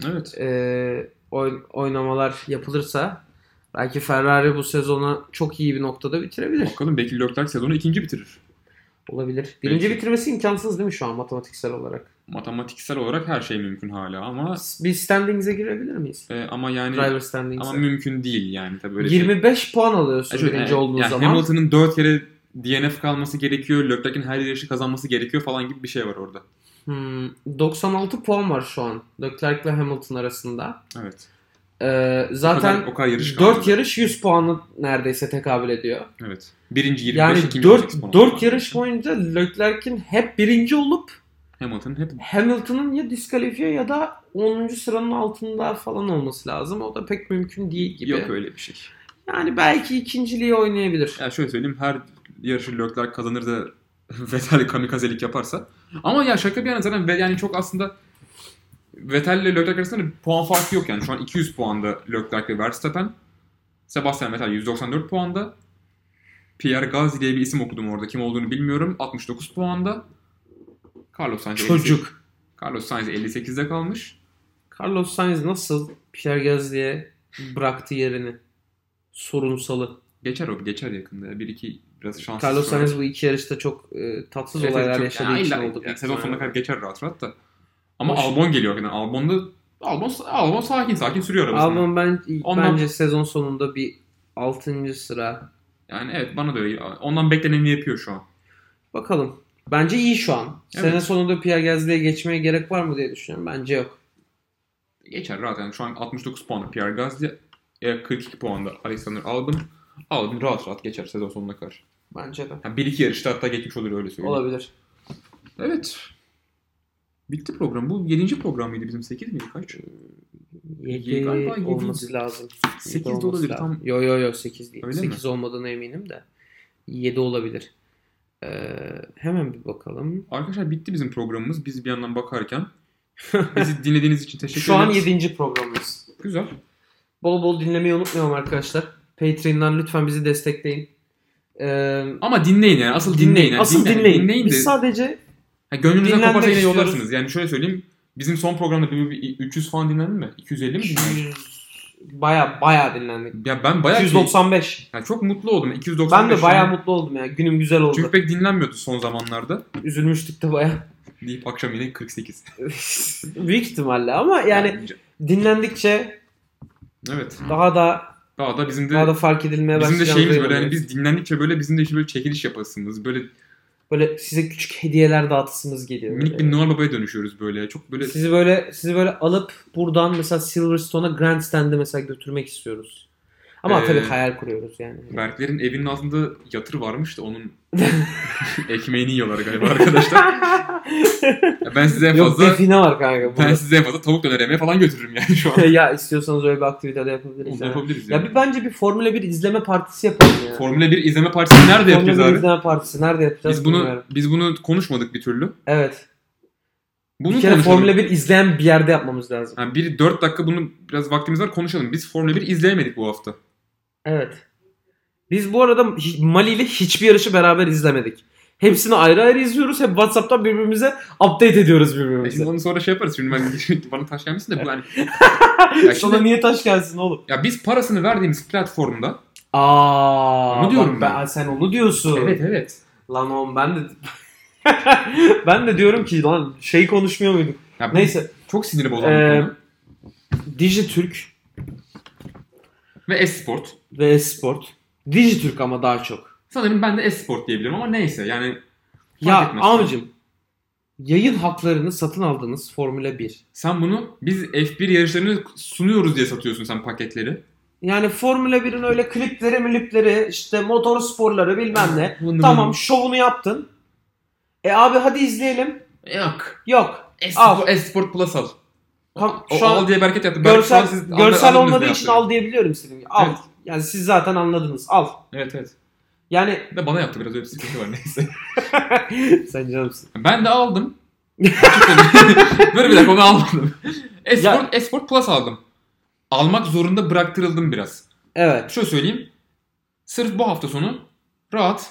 oynamalar yapılırsa belki Ferrari bu sezonu çok iyi bir noktada bitirebilir. Bakalım, belki Leclerc sezonu 2. bitirir. Olabilir. Birinci bitirmesi imkansız değil mi şu an matematiksel olarak? Matematiksel olarak her şey mümkün hala ama biz standings'e girebilir miyiz? Ama yani driver standings'e. Ama mümkün değil yani tabii böyle 25 puan alıyorsun birinci olduğun zaman. Hamilton'ın 4 kere DNF kalması gerekiyor. Leclerc'in her yarışı kazanması gerekiyor falan gibi bir şey var orada. 96 puan var şu an Leclerc ile Hamilton arasında. Evet. Zaten o kadar yarış 4 yarış 100 puanı neredeyse tekabül ediyor. Evet. Birinci 25, yani ikinci 4 yarış boyunca Leclerc'in hep birinci olup Hamilton'ın ya diskalifiye ya da 10. sıranın altında falan olması lazım. O da pek mümkün değil gibi. Yok öyle bir şey. Yani belki ikinciliği oynayabilir. Ya şöyle söyleyeyim, her yarışı Leclerc kazanır da Vettel kamikazelik yaparsa. Ama ya şaka bir yana zaten yani çok aslında Vettel ile Leclerc arasında bir puan farkı yok yani. Şu an 200 puanda Leclerc ve Verstappen. Sebastian Vettel 194 puanda. Pierre Gasly diye bir isim okudum orada. Kim olduğunu bilmiyorum. 69 puanda. Carlos Sainz çocuk. Carlos Sainz 58'de kalmış. Carlos Sainz nasıl Pierre Gasly'ye bıraktı yerini? Sorunsalı. Geçer yakında. 1-2 biraz şanssız. Carlos Sainz bu iki yarışta çok tatsız olaylar yaşadığı için oldu. Sezon sonuna kadar geçer rahat da. Ama Albon geliyor. Yani Albon sakin sürüyor arabasını. Albon bence sezon sonunda bir 6. sıra. Yani evet, bana da öyle. Ondan bekleneni yapıyor şu an. Bakalım. Bence iyi şu an. Evet. Sene sonunda Pierre Gasly'ye geçmeye gerek var mı diye düşünüyorum. Bence yok. Geçer rahat yani. Şu an 69 puanlı Pierre Gasly. 42 puanda Alexander Albon. Albon rahat geçer sezon sonuna kadar. Bence de. Yani 1-2 yarışta hatta geçmiş olur, öyle söyleyeyim. Olabilir. Evet. Bitti program. Bu 7. program mıydı bizim? 8 miydi? Kaç? 7 Galiba 7'ydi. olması lazım. 8 7 de olabilir. olması lazım. Tam Yo 8 değil. öyle 8 olmadığına eminim de. 7 olabilir. Hemen bir bakalım. arkadaşlar bitti bizim programımız. Biz bir yandan bakarken. Bizi dinlediğiniz için teşekkür Şu an ederiz. 7. programımız. Güzel. Bol bol dinlemeyi unutmayalım arkadaşlar. Patreon'dan lütfen bizi destekleyin. Ama dinleyin yani. Asıl dinleyin. Yani Asıl dinleyin. Dinleyin de. Biz sadece Gönlünüzden dinlenmek koparsa yine istiyoruz. yollarsınız. Yani şöyle söyleyeyim. Bizim son programda bir 300 falan dinlendi mi? 250 mi dinlendi? baya dinlendik. Ya ben bayağı 295. yani çok mutlu oldum. 295. Ben de baya mutlu oldum ya. Günüm güzel oldu. Çünkü pek dinlenmiyordu son zamanlarda. Üzülmüştük de baya. Deyip akşam yine 48. Büyük ihtimalle ama yani dinlendikçe evet. daha Daha da bizim da de fark edilmeye bizim de başlayacağımıza şeyimiz böyle yani inanıyoruz. biz dinlendikçe böyle bizim de işte böyle çekiliş yapasımız. Böyle size küçük hediyeler dağıtısımız geliyor. minik bir Noel Baba'ya dönüşüyoruz böyle. Çok böyle Sizi böyle alıp buradan mesela Silverstone'a Grandstand'e mesela götürmek istiyoruz. Ama tabii hayal kuruyoruz yani. Berkler'in evinin altında yatır varmış da onun ekmeğini yiyorlar galiba arkadaşlar. Ben size en Yok fazla define var kanka. ben size en fazla tavuk döner yemeğe falan götürürüm yani şu an. Ya istiyorsanız öyle bir aktivite de yapabiliriz. Onu Yani. yapabiliriz Ya yani. bence bir Formula 1 izleme partisi yapalım ya. Formula 1 izleme partisini nerede yapacağız Formula 1 abi? izleme partisi nerede yapacağız bilmiyorum. Biz bunu konuşmadık bir türlü. Evet. Bunu Bir kere konuşalım. Formula 1 izleyen bir yerde yapmamız lazım. Yani 4 dakika bunu biraz vaktimiz var konuşalım. Biz Formula 1 izleyemedik bu hafta. Evet. Biz bu arada Mali ile hiçbir yarışı beraber izlemedik. Hepsini ayrı ayrı izliyoruz. Hep WhatsApp'tan birbirimize update ediyoruz birbirimize. Şimdi onu sonra şey yaparız. Şimdi bana taş gelmesin de bu yani. Sana niye taş gelsin oğlum? Ya biz parasını verdiğimiz platformda Onu diyorum ben. Sen onu diyorsun. Evet. Lan oğlum ben de ben de diyorum ki lan konuşmuyor muyduk? Ya Neyse. Çok siniri bozan bir konu. Dijitürk Ve Esport. ve Esport. Dijitürk ama daha çok. Sanırım ben de Esport diyebilirim ama neyse yani. Ya etmez. amcım yayın haklarını satın aldığınız Formula 1. Sen bunu biz F1 yarışlarını sunuyoruz diye satıyorsun sen paketleri. Yani Formula 1'in öyle klipleri, işte motor sporları bilmem ne. Tamam şovunu yaptın. Abi hadi izleyelim. Yok. Esport Plus al. Şu an al diye bereket yaptı. Görsel olmadığı için al diyebiliyorum istedim. Al. Evet. Yani siz zaten anladınız. Al. Evet. Yani de bana yaptı biraz öyle bir sıkıntı var neyse. Sen canımsın. Ben de aldım. Böyle bir dakika onu almadım. Esport Plus aldım. Almak zorunda bıraktırıldım biraz. Evet. Şöyle söyleyeyim. Sırf bu hafta sonu rahat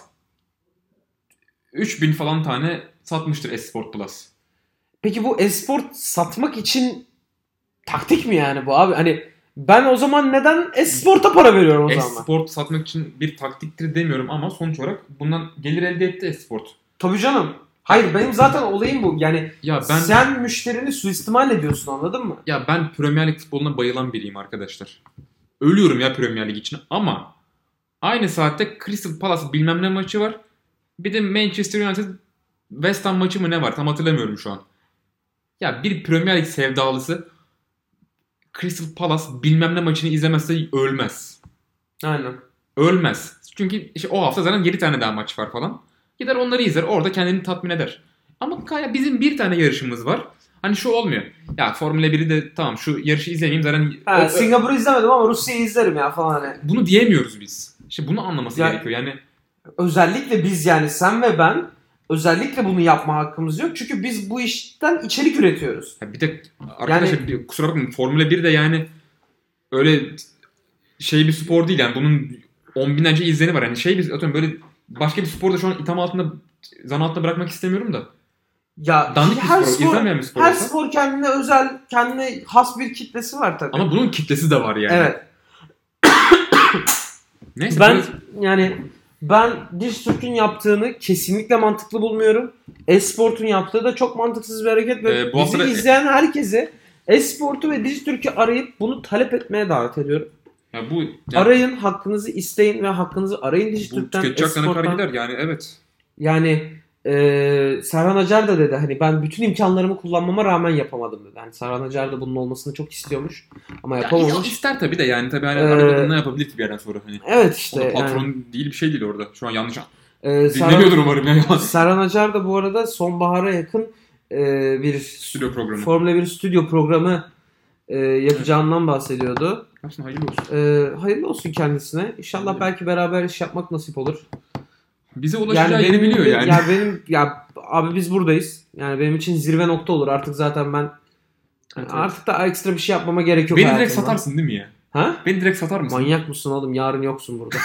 3000 falan tane satmıştır Esport Plus. Peki bu esport satmak için taktik mi yani bu abi? Hani ben o zaman neden esporta para veriyorum o zaman? Esport satmak için bir taktiktir demiyorum ama sonuç olarak bundan gelir elde etti Esport. Tabii canım. Hayır benim zaten olayım bu. Yani sen müşterini suistimal ediyorsun anladın mı? Ya ben Premier Lig futboluna bayılan biriyim arkadaşlar. Ölüyorum ya Premier Lig için ama aynı saatte Crystal Palace bilmem ne maçı var. Bir de Manchester United West Ham maçı mı ne var tam hatırlamıyorum şu an. Ya bir Premier Lig sevdalısı Crystal Palace bilmem ne maçını izlemezse ölmez. Aynen. Ölmez. Çünkü işte o hafta zaten 7 tane daha maç var falan. Gider onları izler. Orada kendini tatmin eder. Ama bizim bir tane yarışımız var. Hani şu olmuyor. Ya Formula 1'i de tamam şu yarışı izlemeyeyim zaten. Singapur'u izlemedim ama Rusya'yı izlerim ya falan hani. Bunu diyemiyoruz biz. İşte bunu anlaması gerekiyor. Yani özellikle biz yani sen ve ben özellikle bunu yapma hakkımız yok. Çünkü biz bu işten içerik üretiyoruz. Bir de arkadaşlar kusura bakmayın Formula 1 de yani öyle bir spor değil yani bunun 10 binlerce izleni var. Yani atıyorum böyle başka bir sporda şu an itham altında zan altında bırakmak istemiyorum da. Ya dandik bir spor, izlemeyen bir spor. Her spor kendine özel, kendine has bir kitlesi var tabii. Ama bunun kitlesi de var yani. Evet. Neyse. Ben Dijitürk'ün yaptığını kesinlikle mantıklı bulmuyorum. Esport'un yaptığı da çok mantıksız bir hareket ve bizi izleyen herkese Esport'u ve Dijitürk'ü arayıp bunu talep etmeye davet ediyorum. Arayın, hakkınızı isteyin ve hakkınızı arayın Dijitürk'ten, Esport'tan. Gider yani evet. Yani Serhan Acar da dedi hani ben bütün imkanlarımı kullanmama rağmen yapamadım dedi. Yani Serhan Acar da bunun olmasını çok istiyormuş ama yapamamış. Ya ister tabii de yani tabii hani arada ne yapabilir ki bir yerden sonra hani. Evet işte. O da patron değil bir şey değil orada. Şu an yanlış dinlemiyordur umarım ya. Serhan Acar da bu arada sonbahara yakın bir Stüdyo programı. Formula 1 stüdyo programı yapacağından bahsediyordu. Aslında hayırlı olsun. Hayırlı olsun kendisine. İnşallah Evet. belki beraber iş yapmak nasip olur. Bize ulaşacağı yeri biliyor yani. Abi biz buradayız. Yani benim için zirve nokta olur. Artık zaten ben Evet. artık da ekstra bir şey yapmama gerek yok Beni direkt hayatımda. satarsın değil mi ya? Ha? Beni direkt satar mısın? Manyak mısın oğlum? Yarın yoksun burada.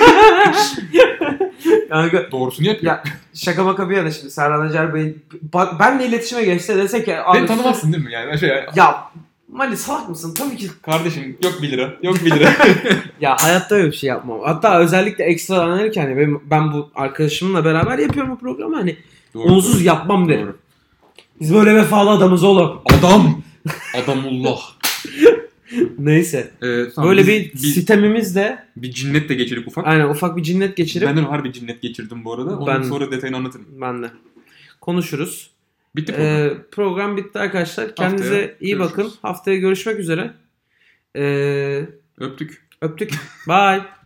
Yani Doğrusunu yapıyor. ya şaka maka bir yana şimdi Serhan Acar Bey benle iletişime geçse dese ki Beni tanımazsın değil mi yani? Ya Mali salak mısın? Tabii ki. Kardeşim yok 1 lira. Yok 1 lira. Ya hayatta öyle bir şey yapmam. Hatta özellikle ekstra anlarken hani ben bu arkadaşımla beraber yapıyorum bu programı hani Doğru, onsuz doğru. yapmam derim. Doğru. Biz böyle vefalı adamız oğlum. Adam. Adamullah. Neyse. Tamam, böyle bir sitemimiz de bir cinnet de geçirip ufak. aynen ufak bir cinnet geçirip. Ben de harbi cinnet geçirdim bu arada. Onu sonra detayını anlatırım. Ben de. Konuşuruz. Bitti program. Program bitti arkadaşlar. Kendinize Haftaya iyi bakın. görüşürüz. Haftaya görüşmek üzere. Öptük. Öptük. Bye.